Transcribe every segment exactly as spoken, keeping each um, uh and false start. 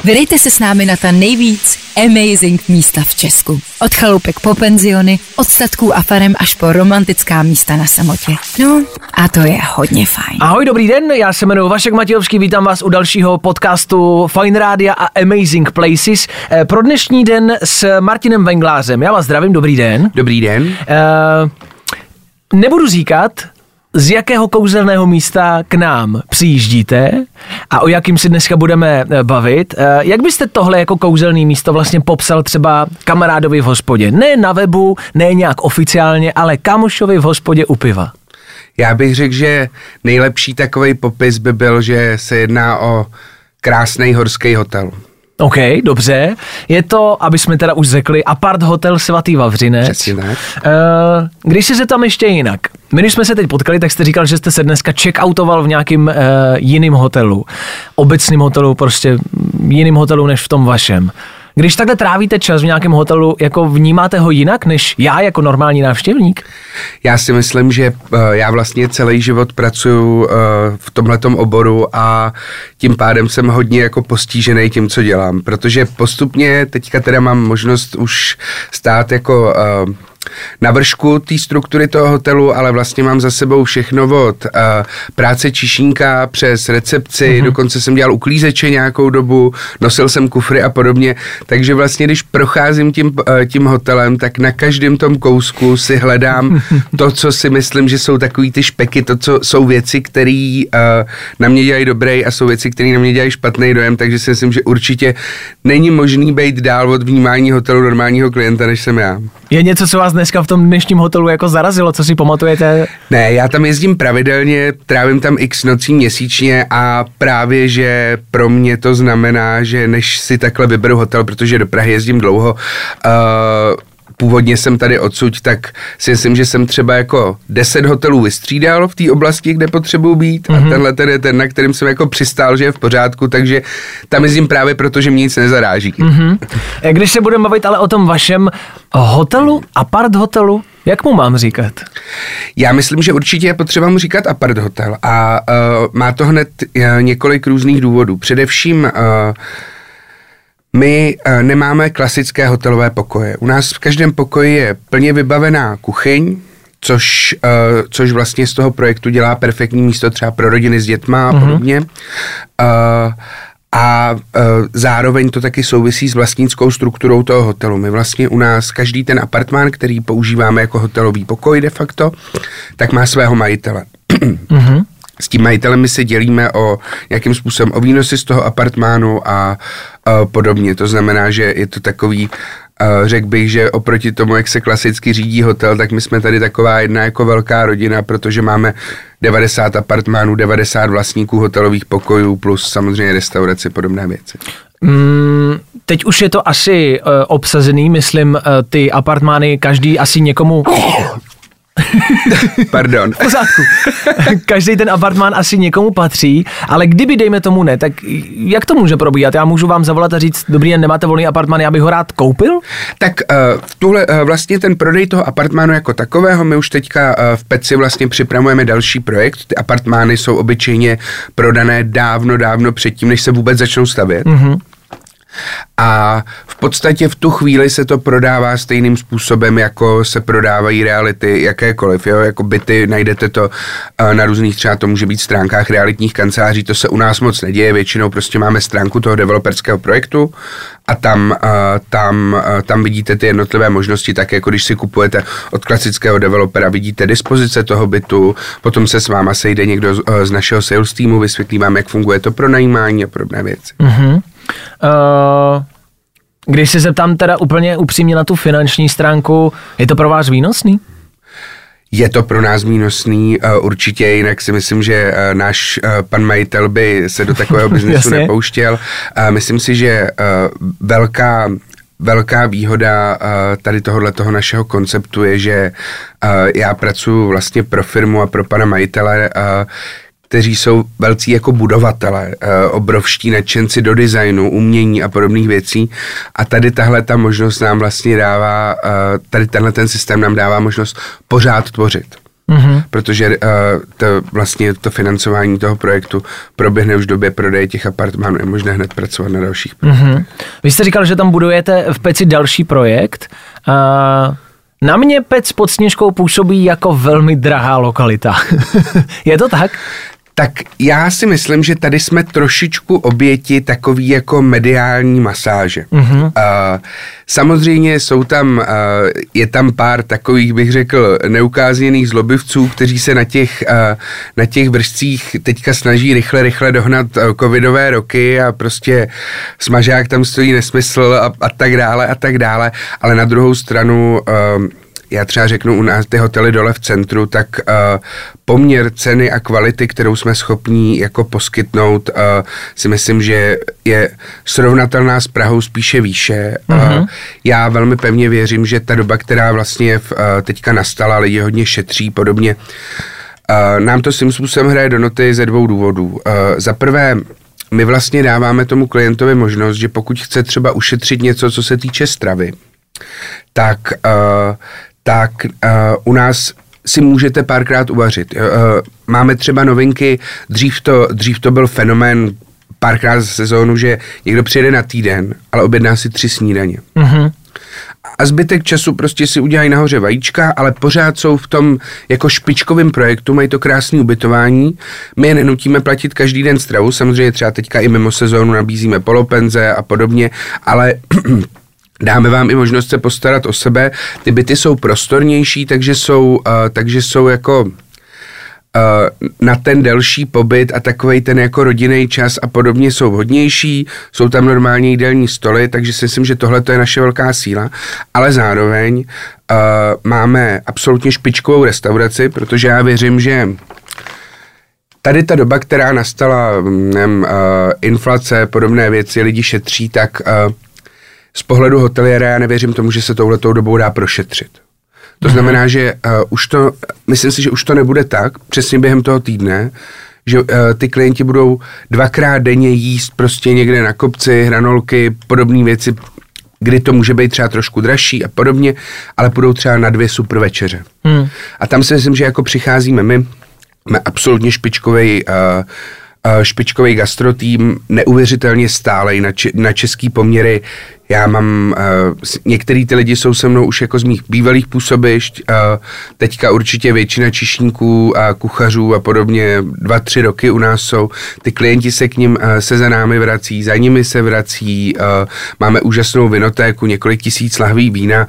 Vydejte se s námi na ta nejvíc amazing místa v Česku. Od chalupek po penziony, od statků a farem až po romantická místa na samotě. No a to je hodně fajn. Ahoj, dobrý den, já se jmenuji Vašek Matějovský, vítám vás u dalšího podcastu Fine Rádia a Amazing Places. Pro dnešní den s Martinem Venglářem. Já vás zdravím, dobrý den. Dobrý den. Uh, nebudu říkat, z jakého kouzelného místa k nám přijíždíte a o jakým si dneska budeme bavit. Jak byste tohle jako kouzelný místo vlastně popsal třeba kamarádovi v hospodě? Ne na webu, ne nějak oficiálně, ale kamošovi v hospodě u piva. Já bych řekl, že nejlepší takovej popis by byl, že se jedná o krásný horský hotel. OK, dobře. Je to, aby jsme teda už řekli, apart hotel Svatý Vavřinec. Přesně tak. Uh, když se zeptám ještě jinak. My, když jsme se teď potkali, tak jste říkal, že jste se dneska check-outoval v nějakým uh, jiným hotelu. Obecným hotelu, prostě jiným hotelu než v tom vašem. Když takhle trávíte čas v nějakém hotelu, jako vnímáte ho jinak než já jako normální návštěvník? Já si myslím, že uh, já vlastně celý život pracuji uh, v tomhletom oboru a tím pádem jsem hodně jako postižený tím, co dělám, protože postupně teďka teda mám možnost už stát jako uh, na vršku té struktury toho hotelu, ale vlastně mám za sebou všechno od uh, práce čišníka přes recepci, mm-hmm. dokonce jsem dělal uklízeče nějakou dobu, nosil jsem kufry a podobně, takže vlastně když procházím tím, uh, tím hotelem, tak na každém tom kousku si hledám to, co si myslím, že jsou takový ty špeky, to, co jsou věci, které uh, na mě dělají dobrý a jsou věci, které na mě dělají špatný dojem, takže si myslím, že určitě není možný být dál od vnímání hotelu normálního klienta, než jsem já. Je něco, co vás dneska v tom dnešním hotelu jako zarazilo, co si pamatujete? Ne, já tam jezdím pravidelně, trávím tam x nocí měsíčně a právě, že pro mě to znamená, že než si takhle vyberu hotel, protože do Prahy jezdím dlouho, uh, původně jsem tady odsud, tak si myslím, že jsem třeba jako deset hotelů vystřídal v té oblasti, kde potřebuji být mm-hmm. a tenhle ten je ten, na kterým jsem jako přistál, že je v pořádku, takže tam jezdím právě proto, že mě nic nezaráží. Mm-hmm. Když se budeme bavit ale o tom vašem hotelu, apart hotelu, jak mu mám říkat? Já myslím, že určitě je potřeba mu říkat apart hotel a uh, má to hned uh, několik různých důvodů. Především uh, My uh, nemáme klasické hotelové pokoje. U nás v každém pokoji je plně vybavená kuchyň, což, uh, což vlastně z toho projektu dělá perfektní místo třeba pro rodiny s dětma a mm-hmm. podobně. Uh, a uh, zároveň to taky souvisí s vlastnickou strukturou toho hotelu. My vlastně u nás každý ten apartmán, který používáme jako hotelový pokoj de facto, tak má svého majitele. Mm-hmm. S tím majitelem my se dělíme o nějakým způsobem o výnosy z toho apartmánu a uh, podobně. To znamená, že je to takový, uh, řekl bych, že oproti tomu, jak se klasicky řídí hotel, tak my jsme tady taková jedna jako velká rodina, protože máme devadesát apartmánů, devadesát vlastníků hotelových pokojů plus samozřejmě restaurace, podobné věci. Mm, teď už je to asi uh, obsazený, myslím, uh, ty apartmány, každý asi někomu... Pardon. V pořádku. Každý ten apartmán asi někomu patří, ale kdyby, dejme tomu ne, tak jak to může probíhat? Já můžu vám zavolat a říct, dobrý den, nemáte volný apartmán, já bych ho rád koupil? Tak uh, v tuhle, uh, vlastně ten prodej toho apartmánu jako takového, my už teďka uh, v Peci vlastně připravujeme další projekt. Ty apartmány jsou obyčejně prodané dávno, dávno předtím, než se vůbec začnou stavět. Mm-hmm. A v podstatě v tu chvíli se to prodává stejným způsobem, jako se prodávají reality jakékoliv, jo, jako byty, najdete to uh, na různých, třeba to může být stránkách realitních kanceláří, to se u nás moc neděje, většinou prostě máme stránku toho developerského projektu a tam, uh, tam, uh, tam vidíte ty jednotlivé možnosti, tak jako když si kupujete od klasického developera, vidíte dispozice toho bytu, potom se s váma sejde někdo z, uh, z našeho sales týmu, vysvětlí vám, jak funguje to pronajímání a podobné věci. Mm-hmm. Uh, když se zeptám teda úplně upřímně na tu finanční stránku, je to pro vás výnosný? Je to pro nás výnosný, uh, určitě, jinak si myslím, že uh, náš uh, pan majitel by se do takového biznesu nepouštěl. Uh, myslím si, že uh, velká Velká výhoda uh, tady tohohle toho našeho konceptu je, že uh, já pracuji vlastně pro firmu a pro pana majitele, uh, kteří jsou velcí jako budovatelé, obrovští nadšenci do designu, umění a podobných věcí. A tady tahle ta možnost nám vlastně dává, tady tenhle ten systém nám dává možnost pořád tvořit. Mm-hmm. Protože uh, to, vlastně to financování toho projektu proběhne už v době prodeje těch apartmánů, je možné hned pracovat na dalších projektech. Mm-hmm. Vy jste říkal, že tam budujete v Peci další projekt. Uh, na mě Pec pod Sněžkou působí jako velmi drahá lokalita. Je to tak? Tak já si myslím, že tady jsme trošičku oběti takový jako mediální masáže. Mm-hmm. Uh, samozřejmě jsou tam, uh, je tam pár takových, bych řekl, neukázněných zlobivců, kteří se na těch, uh, na těch vrscích teďka snaží rychle, rychle dohnat uh, covidové roky a prostě smažák tam stojí nesmysl a, a tak dále a tak dále, ale na druhou stranu uh, já třeba řeknu u nás ty hotely dole v centru, tak uh, poměr ceny a kvality, kterou jsme schopní jako poskytnout, uh, si myslím, že je srovnatelná s Prahou, spíše výše. Uh-huh. Uh, já velmi pevně věřím, že ta doba, která vlastně v, uh, teďka nastala, lidi hodně šetří podobně, uh, nám to svým způsobem hraje do noty ze dvou důvodů. Uh, za prvé, my vlastně dáváme tomu klientovi možnost, že pokud chce třeba ušetřit něco, co se týče stravy, tak uh, tak uh, u nás si můžete párkrát uvařit. Uh, máme třeba novinky, dřív to, dřív to byl fenomén párkrát za sezónu, že někdo přijede na týden, ale objedná si tři snídaně. Mm-hmm. A zbytek času prostě si udělají nahoře vajíčka, ale pořád jsou v tom jako špičkovém projektu, mají to krásné ubytování. My je nenutíme platit každý den stravu, samozřejmě třeba teďka i mimo sezónu nabízíme polopenze a podobně, ale dáme vám i možnost se postarat o sebe. Ty byty jsou prostornější, takže jsou, uh, takže jsou jako uh, na ten delší pobyt a takovej ten jako rodinný čas a podobně jsou vhodnější. Jsou tam normálně jídelní stoly, takže si myslím, že tohle to je naše velká síla. Ale zároveň uh, máme absolutně špičkovou restauraci, protože já věřím, že tady ta doba, která nastala, nevím, uh, inflace, podobné věci, lidi šetří, tak uh, z pohledu hoteliéra já nevěřím tomu, že se touhletou dobou dá prošetřit. To znamená, že uh, už to, myslím si, že už to nebude tak, přesně během toho týdne, že uh, ty klienti budou dvakrát denně jíst prostě někde na kopci, hranolky, podobné věci, kdy to může být třeba trošku dražší a podobně, ale budou třeba na dvě super večeře. Hmm. A tam si myslím, že jako přicházíme my, máme absolutně špičkovej uh, špičkový gastrotým, neuvěřitelně stálej na, če- na český poměry. Já mám, uh, některý ty lidi jsou se mnou už jako z mých bývalých působišť, uh, teďka určitě většina čišníků a kuchařů a podobně dva, tři roky u nás jsou. Ty klienti se k ním, uh, se za námi vrací, za nimi se vrací, uh, máme úžasnou vinotéku, několik tisíc lahví vína.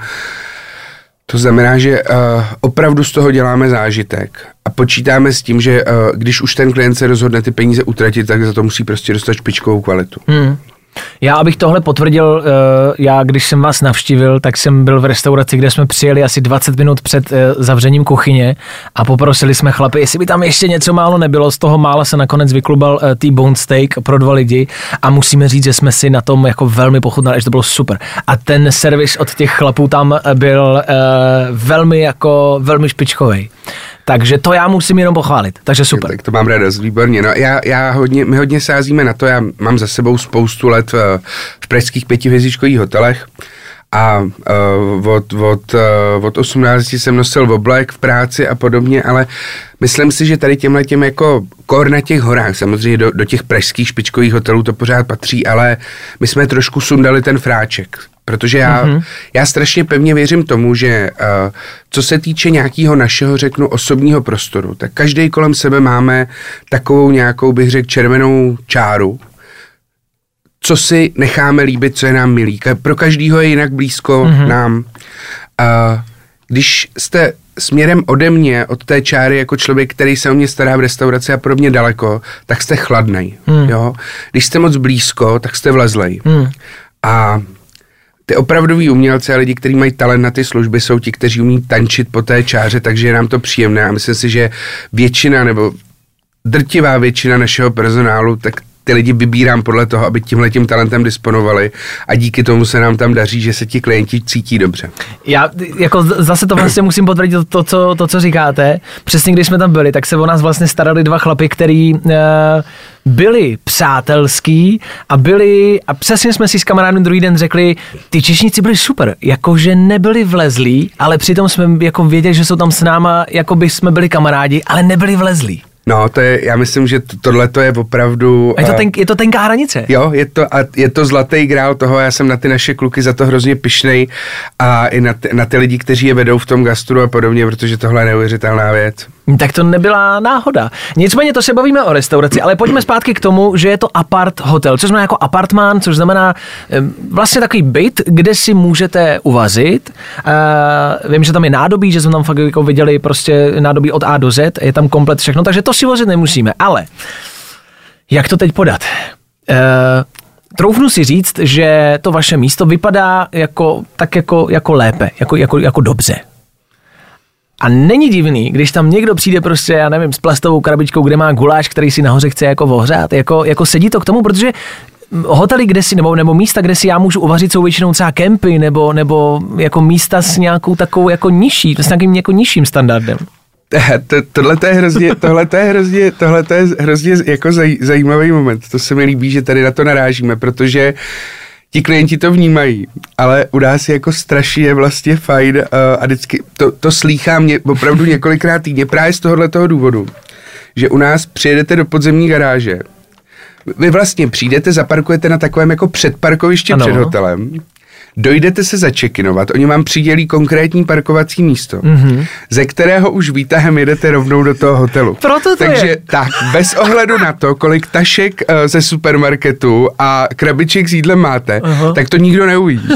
To znamená, že uh, opravdu z toho děláme zážitek a počítáme s tím, že uh, když už ten klient se rozhodne ty peníze utratit, tak za to musí prostě dostat špičkovou kvalitu. Hmm. Já, abych tohle potvrdil, já když jsem vás navštívil, tak jsem byl v restauraci, kde jsme přijeli asi dvacet minut před zavřením kuchyně a poprosili jsme chlapy, jestli by tam ještě něco málo nebylo. Z toho mála se nakonec vyklubal T-bone steak pro dva lidi a musíme říct, že jsme si na tom jako velmi pochutnali, že to bylo super. A ten servis od těch chlapů tam byl uh, velmi jako velmi špičkovej. Takže to já musím jenom pochválit, takže super. Tak to mám radost, výborně. No, já, já hodně, my hodně sázíme na to, já mám za sebou spoustu let v, v pražských pětihvězdičkových hotelech a uh, od, od, uh, od osmnácti jsem nosil oblek v práci a podobně, ale myslím si, že tady těmhle těm jako kor na těch horách, samozřejmě do, do těch pražských špičkových hotelů to pořád patří, ale my jsme trošku sundali ten fráček. Protože já, mm-hmm. já strašně pevně věřím tomu, že uh, co se týče nějakého našeho, řeknu, osobního prostoru, tak každý kolem sebe máme takovou nějakou, bych řekl, červenou čáru, co si necháme líbit, co je nám milý. Pro každýho je jinak blízko mm-hmm. nám. Uh, když jste směrem ode mě, od té čáry, jako člověk, který se o mě stará v restauraci a podobně daleko, tak jste chladnej. Mm. Jo? Když jste moc blízko, tak jste vlezlej. Mm. A ty opravdoví umělci a lidi, kteří mají talent na ty služby, jsou ti, kteří umí tančit po té čáře, takže je nám to příjemné a myslím si, že většina nebo drtivá většina našeho personálu tak ty lidi vybírám podle toho, aby tímhletím talentem disponovali a díky tomu se nám tam daří, že se ti klienti cítí dobře. Já jako zase to vlastně musím potvrdit to, co, to, co říkáte. Přesně když jsme tam byli, tak se o nás vlastně starali dva chlapy, který uh, byli přátelský a byli, a přesně jsme si s kamarádem druhý den řekli, ty čečníci byli super, jakože nebyli vlezlí, ale přitom jsme jako věděli, že jsou tam s náma, jako by jsme byli kamarádi, ale nebyli vlezlí. No, to je, já myslím, že to, tohle to je opravdu... A je to, ten, je to tenká hranice. Jo, je to, a je to zlatý grál toho, já jsem na ty naše kluky za to hrozně pyšnej a i na ty, na ty lidi, kteří je vedou v tom gastru a podobně, protože tohle je neuvěřitelná věc. Tak to nebyla náhoda. Nicméně to se bavíme o restauraci, ale pojďme zpátky k tomu, že je to apart hotel, což znamená jako apartmán, což znamená vlastně takový byt, kde si můžete uvařit. Uh, vím, že tam je nádobí, že jsme tam fakt jako viděli prostě nádobí od A do Z, je tam komplet všechno, takže to si vařit nemusíme. Ale jak to teď podat? Uh, Troufnu si říct, že to vaše místo vypadá jako, tak jako, jako lépe, jako, jako, jako dobře. A není divný, když tam někdo přijde prostě, já nevím, s plastovou krabičkou, kde má guláš, který si nahoře chce jako ohřát, jako, jako sedí to k tomu, protože hotely, kde si, nebo, nebo místa, kde si já můžu uvařit, jsou většinou třeba kempy, nebo, nebo jako místa s nějakou takovou jako nižší, s nějakým jako nižším standardem. To, tohle to je hrozně, tohle to je hrozně, tohle to je hrozně jako zaj, zajímavý moment. To se mi líbí, že tady na to narážíme, protože ti klienti to vnímají, ale u nás je jako strašně vlastně fajn uh, a vždycky to, to slýchám mě opravdu několikrát týdně právě z tohohle toho důvodu, že u nás přijedete do podzemní garáže, vy vlastně přijdete, zaparkujete na takovém jako předparkovišti ano. před hotelem, dojdete se začekinovat, oni vám přidělí konkrétní parkovací místo, mm-hmm. ze kterého už výtahem jedete rovnou do toho hotelu. Proto to Takže je. tak, bez ohledu na to, kolik tašek uh, ze supermarketu a krabiček s jídlem máte, uh-huh. tak to nikdo neuvidí.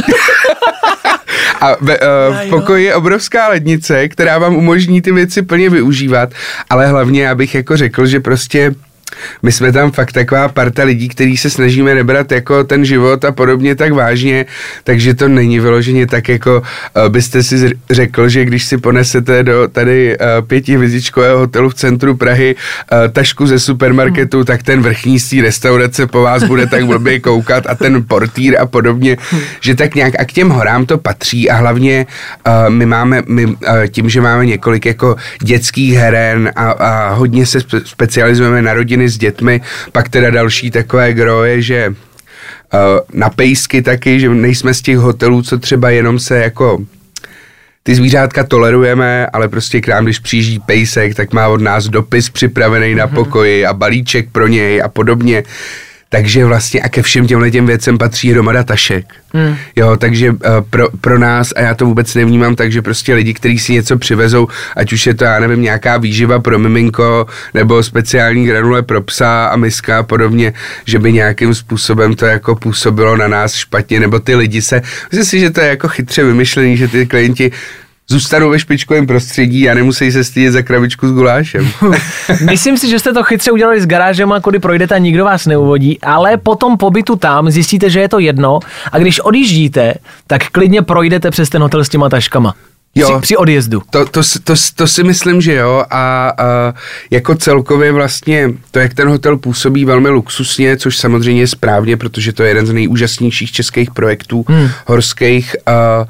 A ve, uh, v pokoji je obrovská lednice, která vám umožní ty věci plně využívat, ale hlavně já bych jako řekl, že prostě my jsme tam fakt taková parta lidí, který se snažíme nebrat jako ten život a podobně tak vážně, takže to není vyloženě tak jako uh, byste si řekl, že když si ponesete do tady uh, pětihvězdičkového hotelu v centru Prahy uh, tašku ze supermarketu, hmm. tak ten vrchní z té restaurace po vás bude tak blbě koukat a ten portýr a podobně, hmm. že tak nějak a k těm horám to patří a hlavně uh, my máme, my uh, tím, že máme několik jako dětských heren a, a hodně se spe- specializujeme na rodiny s dětmi, pak teda další takové gro je, že uh, na pejsky taky, že nejsme z těch hotelů, co třeba jenom se jako ty zvířátka tolerujeme, ale prostě k nám, když přijíždí pejsek, tak má od nás dopis připravený mm-hmm. na pokoji a balíček pro něj a podobně. Takže vlastně a ke všem těmhle těm věcem patří hromada tašek. Mm. Jo, takže uh, pro, pro nás, a já to vůbec nevnímám tak, že prostě lidi, kteří si něco přivezou, ať už je to, já nevím, nějaká výživa pro miminko, nebo speciální granule pro psa a miska a podobně, že by nějakým způsobem to jako působilo na nás špatně, nebo ty lidi se, myslím si, že to je jako chytře vymyšlený, že ty klienti zůstanou ve špičkovém prostředí a nemusí se stydět za krabičku s gulášem. Myslím si, že jste to chytře udělali s garážema, kudy projdete a nikdo vás neuvodí, ale po tom pobytu tam zjistíte, že je to jedno a když odjíždíte, tak klidně projdete přes ten hotel s těma taškama. Jo, při, při odjezdu. To, to, to, to si myslím, že jo a, a jako celkově vlastně to, jak ten hotel působí velmi luxusně, což samozřejmě je správně, protože to je jeden z nejúžasnějších českých projektů hmm. horských, a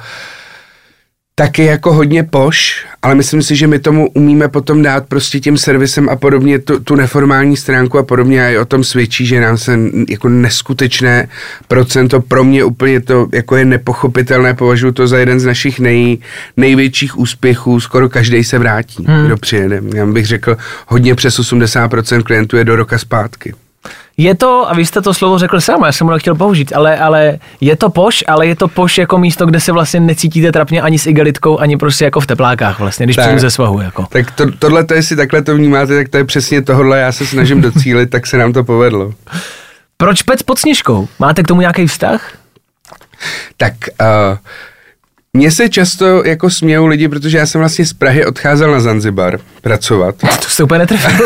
taky jako hodně poš, ale myslím si, že my tomu umíme potom dát prostě tím servisem a podobně tu, tu neformální stránku a podobně a i o tom svědčí, že nám se jako neskutečné procento, pro mě úplně to jako je nepochopitelné, považuji to za jeden z našich nej, největších úspěchů, skoro každej se vrátí, hmm. kdo přijede. Já bych řekl, hodně přes osmdesát procent klientů je do roka zpátky. Je to, a vy jste to slovo řekl sám, já jsem ho chtěl použít, ale, ale je to poš, ale je to poš jako místo, kde se vlastně necítíte trapně ani s igelitkou, ani prostě jako v teplákách vlastně, když přijdu ze svahu. Jako. Tak to, tohle, to, jestli takhle to vnímáte, tak to je přesně tohle, já se snažím docílit, tak se nám to povedlo. Proč Pec pod Sněžkou? Máte k tomu nějaký vztah? Tak uh, mně se často jako smějou lidi, protože já jsem vlastně z Prahy odcházel na Zanzibar pracovat. To se úplně netrefilo.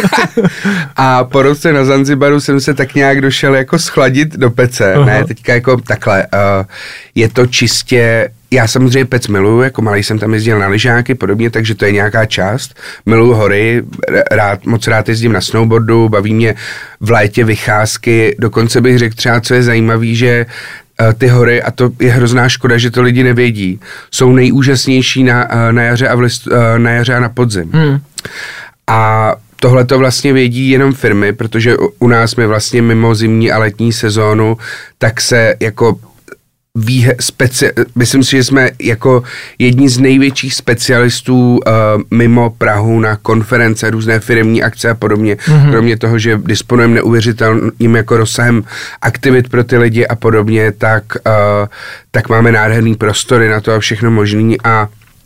A po roce na Zanzibaru jsem se tak nějak došel jako schladit do Pece. Uh-huh. Ne, teďka jako takhle. Uh, je to čistě já samozřejmě Pec miluju, jako malý jsem tam jezdil na lyžáky podobně, takže to je nějaká část. Miluju hory, rád, moc rád jezdím na snowboardu, baví mě v létě vycházky, dokonce bych řekl třeba, co je zajímavý, že ty hory, a to je hrozná škoda, že to lidi nevědí, jsou nejúžasnější na, na, jaře, a v listu, na jaře a na podzim. Hmm. A tohle to vlastně vědí jenom firmy, protože u nás my vlastně mimo zimní a letní sezónu, tak se jako výhe, speci, myslím si, že jsme jako jedni z největších specialistů uh, mimo Prahu na konference, různé firemní akce a podobně. Mm-hmm. Kromě toho, že disponujeme neuvěřitelným jako rozsahem aktivit pro ty lidi a podobně, tak, uh, tak máme nádherný prostory na to a všechno možný. A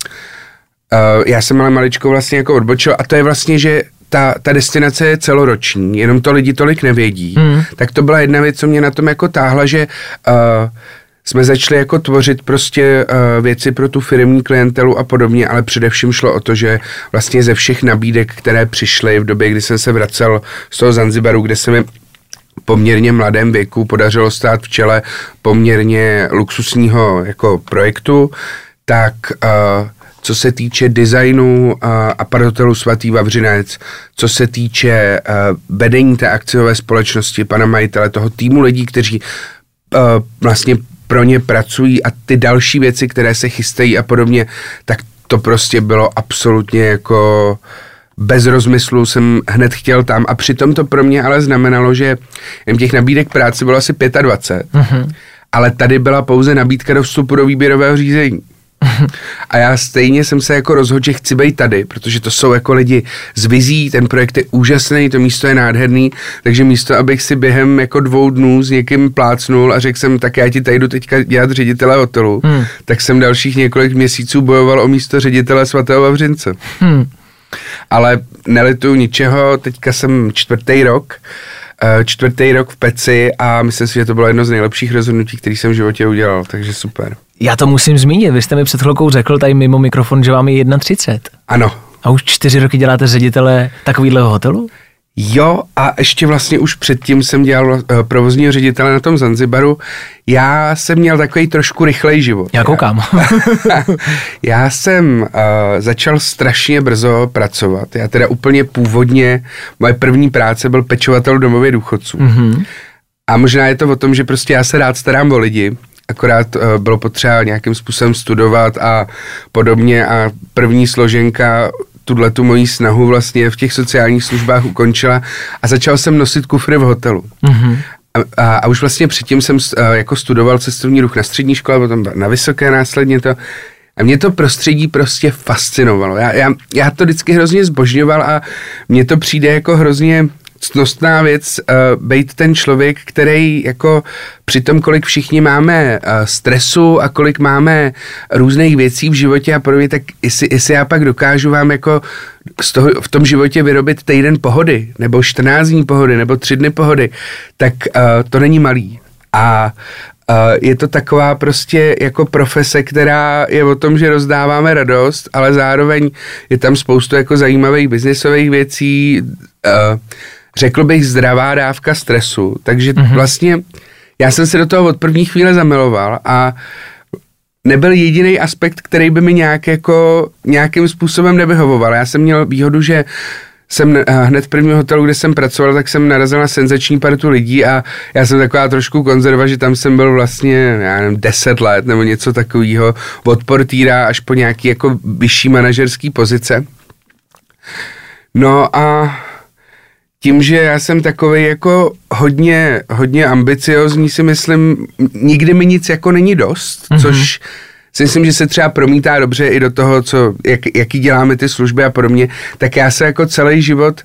uh, já jsem ale maličko vlastně jako odbočil a to je vlastně, že Ta, ta destinace je celoroční, jenom to lidi tolik nevědí. Mm. Tak to byla jedna věc, co mě na tom jako táhla, že uh, jsme začali jako tvořit prostě uh, věci pro tu firemní klientelu a podobně, ale především šlo o to, že vlastně ze všech nabídek, které přišly v době, kdy jsem se vracel z toho Zanzibaru, kde se mi poměrně mladém věku podařilo stát v čele poměrně luxusního jako projektu, tak uh, co se týče designu uh, aparthotelu Svatý Vavřinec, co se týče uh, vedení té akciové společnosti, pana majitele, toho týmu lidí, kteří uh, vlastně pro ně pracují a ty další věci, které se chystají a podobně, tak to prostě bylo absolutně jako bez rozmyslu jsem hned chtěl tam a přitom to pro mě ale znamenalo, že jen těch nabídek práce bylo asi dvacet pět, mm-hmm. ale tady byla pouze nabídka do vstupu do výběrového řízení. A já stejně jsem se jako rozhodl, že chci být tady, protože to jsou jako lidi z vizí, ten projekt je úžasný, to místo je nádherný, takže místo, abych si během jako dvou dnů s někým plácnul a řekl jsem, tak já ti tady jdu teďka dělat ředitele hotelu, hmm. tak jsem dalších několik měsíců bojoval o místo ředitele Svatého Vavřince. Hmm. Ale nelituju ničeho, teďka jsem čtvrtý rok, čtvrtý rok v Peci a myslím si, že to bylo jedno z nejlepších rozhodnutí, který jsem v životě udělal, takže super. Já to musím zmínit, vy jste mi před chvilkou řekl tady mimo mikrofon, že vám je třicet jedna. Ano. A už čtyři roky děláte ředitele takovýhleho hotelu? Jo, a ještě vlastně už předtím jsem dělal uh, provozního ředitele na tom Zanzibaru. Já jsem měl takový trošku rychlej život. Já koukám. Já jsem uh, začal strašně brzo pracovat. Já teda úplně původně, moje první práce byl pečovatel v domově důchodců. Mm-hmm. A možná je to o tom, že prostě já se rád starám o lidi, akorát uh, bylo potřeba nějakým způsobem studovat a podobně a první složenka tuhle tu moji snahu vlastně v těch sociálních službách ukončila a začal jsem nosit kufry v hotelu. Mm-hmm. A, a, a už vlastně předtím jsem uh, jako studoval cestovní ruch na střední škole, potom na vysoké následně to. A mě to prostředí prostě fascinovalo. Já, já, já to vždycky hrozně zbožňoval a mně to přijde jako hrozně ctnostná věc uh, být ten člověk, který jako při tom, kolik všichni máme uh, stresu a kolik máme různých věcí v životě a podobně, tak jestli, jestli já pak dokážu vám jako z toho, v tom životě vyrobit týden pohody, nebo čtrnáct dní pohody, nebo tři dny pohody, tak uh, to není malý. A uh, je to taková prostě jako profese, která je o tom, že rozdáváme radost, ale zároveň je tam spoustu jako zajímavých biznisových věcí, uh, řekl bych zdravá dávka stresu, takže mm-hmm. vlastně já jsem se do toho od první chvíle zamiloval a nebyl jediný aspekt, který by mi nějak jako nějakým způsobem nevyhovoval. Já jsem měl výhodu, že jsem hned v prvním hotelu, kde jsem pracoval, tak jsem narazil na senzační partu lidí a já jsem taková trošku konzerva, že tam jsem byl vlastně, já nevím, deset let nebo něco takového, od portýra až po nějaký jako vyšší manažerský pozice. No a tím, že já jsem takovej jako hodně, hodně ambiciozní, si myslím, nikdy mi nic jako není dost, mm-hmm. což si myslím, že se třeba promítá dobře i do toho, co, jak, jaký děláme ty služby a podobně, tak já se jako celý život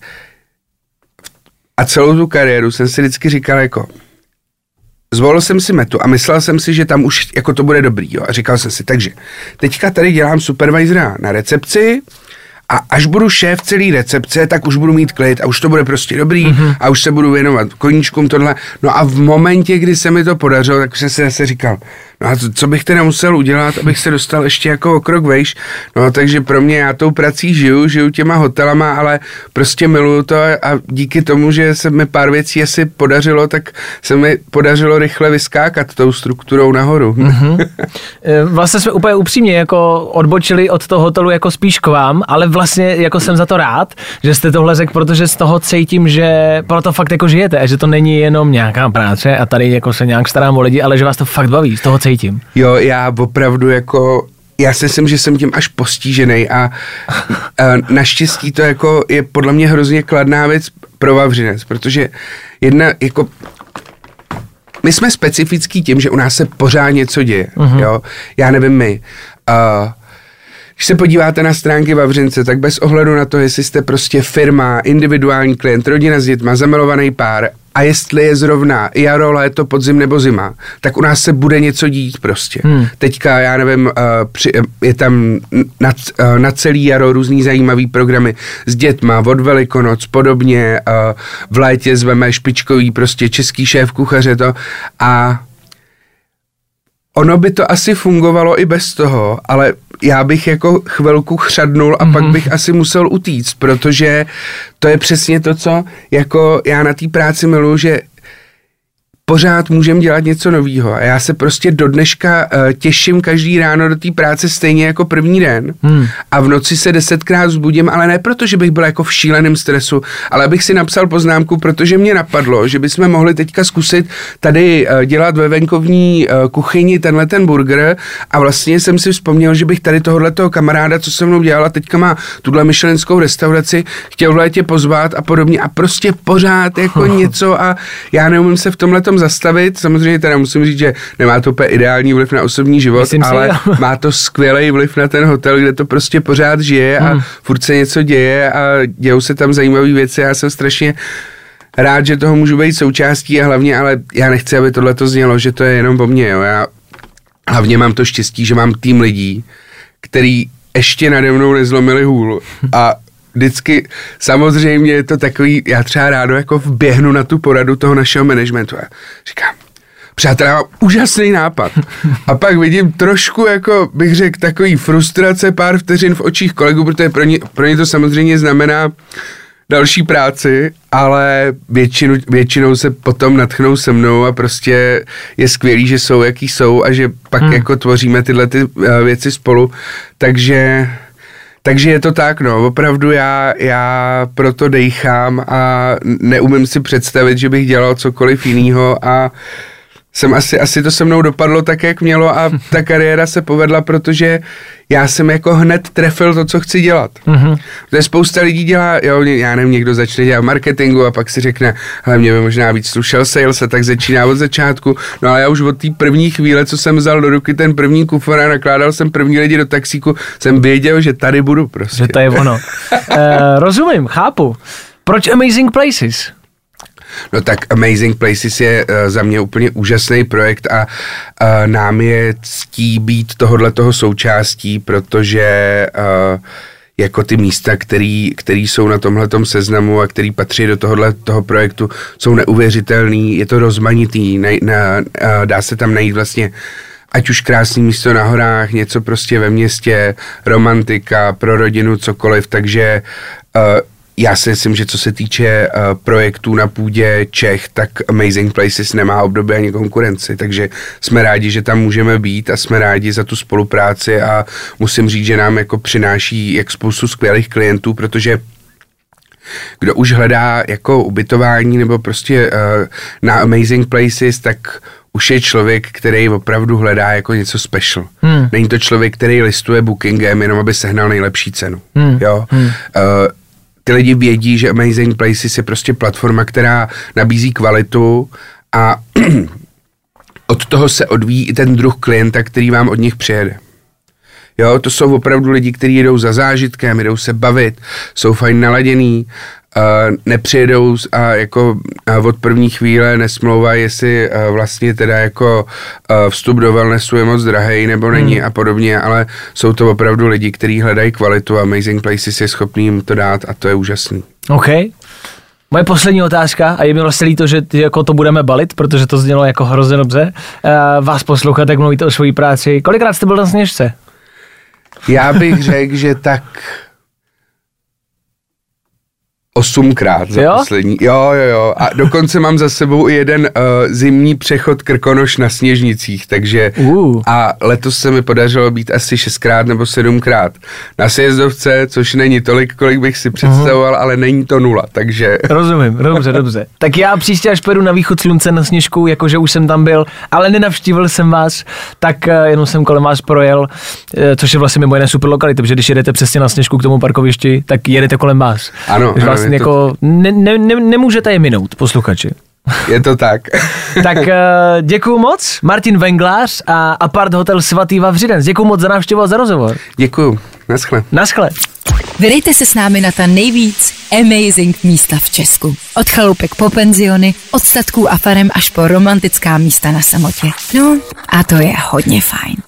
a celou tu kariéru jsem si vždycky říkal jako, zvolil jsem si metu a myslel jsem si, že tam už jako to bude dobrý, jo, a říkal jsem si, takže teďka tady dělám supervisora na recepci, a až budu šéf celý recepce, tak už budu mít klid a už to bude prostě dobrý mm-hmm. a už se budu věnovat koníčkům tohle. No a v momentě, kdy se mi to podařilo, tak jsem si zase říkal, No a co, co bych teda musel udělat, abych se dostal ještě jako o krok vejš? No takže pro mě, já tou prací žiju, žiju těma hotelama, ale prostě miluju to a díky tomu, že se mi pár věcí asi podařilo, tak se mi podařilo rychle vyskákat tou strukturou nahoru. Mm-hmm. Vlastně jsme úplně upřímně jako odbočili od toho hotelu jako spíš k vám, ale vlastně jako jsem za to rád, že jste tohle řekl, protože z toho cítím, že proto fakt jako žijete a že to není jenom nějaká práce a tady jako se nějak starám o lidi, ale že vás to fakt baví, z toho cítím. Jo, já opravdu jako, já si myslím, že jsem tím až postížený a, a naštěstí to jako je podle mě hrozně kladná věc pro Vavřinec, protože jedna jako, my jsme specifický tím, že u nás se pořád něco děje, uh-huh. jo, já nevím my, uh, když se podíváte na stránky Vavřince, tak bez ohledu na to, jestli jste prostě firma, individuální klient, rodina s dětma, zamilovaný pár a jestli je zrovna jaro, léto, podzim nebo zima, tak u nás se bude něco dít prostě. Hmm. Teďka, já nevím, uh, při, je tam na, uh, na celý jaro různý zajímavý programy s dětma, od Velikonoc, podobně, uh, v létě zveme špičkový prostě český šéf kuchaře to a ono by to asi fungovalo i bez toho, ale já bych jako chvilku chřadnul a mm-hmm. pak bych asi musel utíct, protože to je přesně to, co jako já na té práci miluji, že pořád můžeme dělat něco novýho a já se prostě do dneška uh, těším každý ráno do té práce stejně jako první den hmm. a v noci se desetkrát vzbudím, ale ne proto, že bych byl jako v šíleném stresu, ale abych si napsal poznámku, protože mě napadlo, že bychom mohli teďka zkusit tady uh, dělat ve venkovní uh, kuchyni tenhle ten burger a vlastně jsem si vzpomněl, že bych tady tohohletoho kamaráda, co se mnou dělal a teďka má tuhle michelinskou restauraci, chtěl v létě pozvat a podobně a prostě pořád jako něco a já neumím se v tomhletom zastavit. Samozřejmě teda musím říct, že nemá to úplně ideální vliv na osobní život, myslím ale si, má to skvělý vliv na ten hotel, kde to prostě pořád žije a hmm. furt se něco děje a dějou se tam zajímavé věci. Já jsem strašně rád, že toho můžu být součástí a hlavně, ale já nechci, aby tohle to znělo, že to je jenom o mně. Jo. Já hlavně mám to štěstí, že mám tým lidí, který ještě nade mnou nezlomili hůl a vždycky, samozřejmě je to takový, já třeba rádo jako vběhnu na tu poradu toho našeho managementu a říkám, přátelé, mám úžasný nápad. A pak vidím trošku, jako bych řekl, takový frustrace, pár vteřin v očích kolegů, protože pro ně, pro ně to samozřejmě znamená další práci, ale většinu, většinou se potom nadchnou se mnou a prostě je skvělý, že jsou, jaký jsou a že pak hmm. jako tvoříme tyhle ty uh, věci spolu. Takže... Takže je to tak, no, opravdu já, já proto dejchám a neumím si představit, že bych dělal cokoliv jinýho a jsem asi, asi to se mnou dopadlo tak, jak mělo a ta kariéra se povedla, protože já jsem jako hned trefil to, co chci dělat. Mm-hmm. To je spousta lidí dělá, jo, já nevím, někdo začne dělat marketingu a pak si řekne, hele, mě by možná víc slušel sales a tak začíná od začátku, no ale já už od té první chvíle, co jsem vzal do ruky ten první kufr a nakládal jsem první lidi do taxíku, jsem věděl, že tady budu prostě. Že to je ono. uh, rozumím, chápu. Proč Amazing Places? No tak Amazing Places je uh, za mě úplně úžasný projekt a uh, nám je ctí být tohodletoho součástí, protože uh, jako ty místa, který, který jsou na tomhletom seznamu a který patří do tohohle toho projektu, jsou neuvěřitelný, je to rozmanitý, na, na, uh, dá se tam najít vlastně ať už krásný místo na horách, něco prostě ve městě, romantika, pro rodinu, cokoliv, takže uh, já si myslím, že co se týče uh, projektů na půdě Čech, tak Amazing Places nemá období ani konkurenci, takže jsme rádi, že tam můžeme být a jsme rádi za tu spolupráci a musím říct, že nám jako přináší jak spoustu skvělých klientů, protože kdo už hledá jako ubytování nebo prostě uh, na Amazing Places, tak už je člověk, který opravdu hledá jako něco special. Hmm. Není to člověk, který listuje bookingem, jenom aby sehnal nejlepší cenu. Hmm. Jo? Hmm. Uh, Ty lidi vědí, že Amazing Places je prostě platforma, která nabízí kvalitu a od toho se odvíjí i ten druh klienta, který vám od nich přijede. Jo, to jsou opravdu lidi, kteří jedou za zážitkem, jedou se bavit, jsou fajn naladěný, uh, nepřijedou a jako uh, od první chvíle nesmlouvají, jestli uh, vlastně teda jako uh, vstup do wellnessu je moc drahej nebo není hmm. a podobně, ale jsou to opravdu lidi, kteří hledají kvalitu a Amazing Places je schopný jim to dát a to je úžasný. OK. Moje poslední otázka, a je mi vlastně líto, že jako to budeme balit, protože to znělo jako hrozně dobře, uh, vás poslouchat, jak mluvíte o svojí práci. Kolikrát jste byl na Sněžce? Já bych řekl, že tak osmkrát za jo? poslední. Jo, jo, jo. A dokonce mám za sebou i jeden uh, zimní přechod Krkonoš na Sněžnicích, takže uh. a letos se mi podařilo být asi šestkrát nebo sedmkrát na sjezdovce, což není tolik, kolik bych si představoval, uh. ale není to nula, takže... Rozumím, dobře, dobře. Tak já příště, až pojedu na východ slunce na Sněžku, jakože už jsem tam byl, ale nenavštívil jsem vás, tak uh, jenom jsem kolem vás projel, uh, což je vlastně mimo jiné super lokality, protože když jedete přesně na Sněžku k tomu parkovišti, tak jedete kolem vás. Ano, ano. Vlastně jako to... ne, ne, ne, nemůžete je minout, posluchači. Je to tak. Tak uh, děkuju moc, Martin Venglář a Apart Hotel Svatý Vavřinec. Děkuju moc za návštěvu a za rozhovor. Děkuju, naschle. Naschle. Vydejte se s námi na ta nejvíc amazing místa v Česku. Od chaloupek po penziony, od statků a farem až po romantická místa na samotě. No a to je hodně fajn.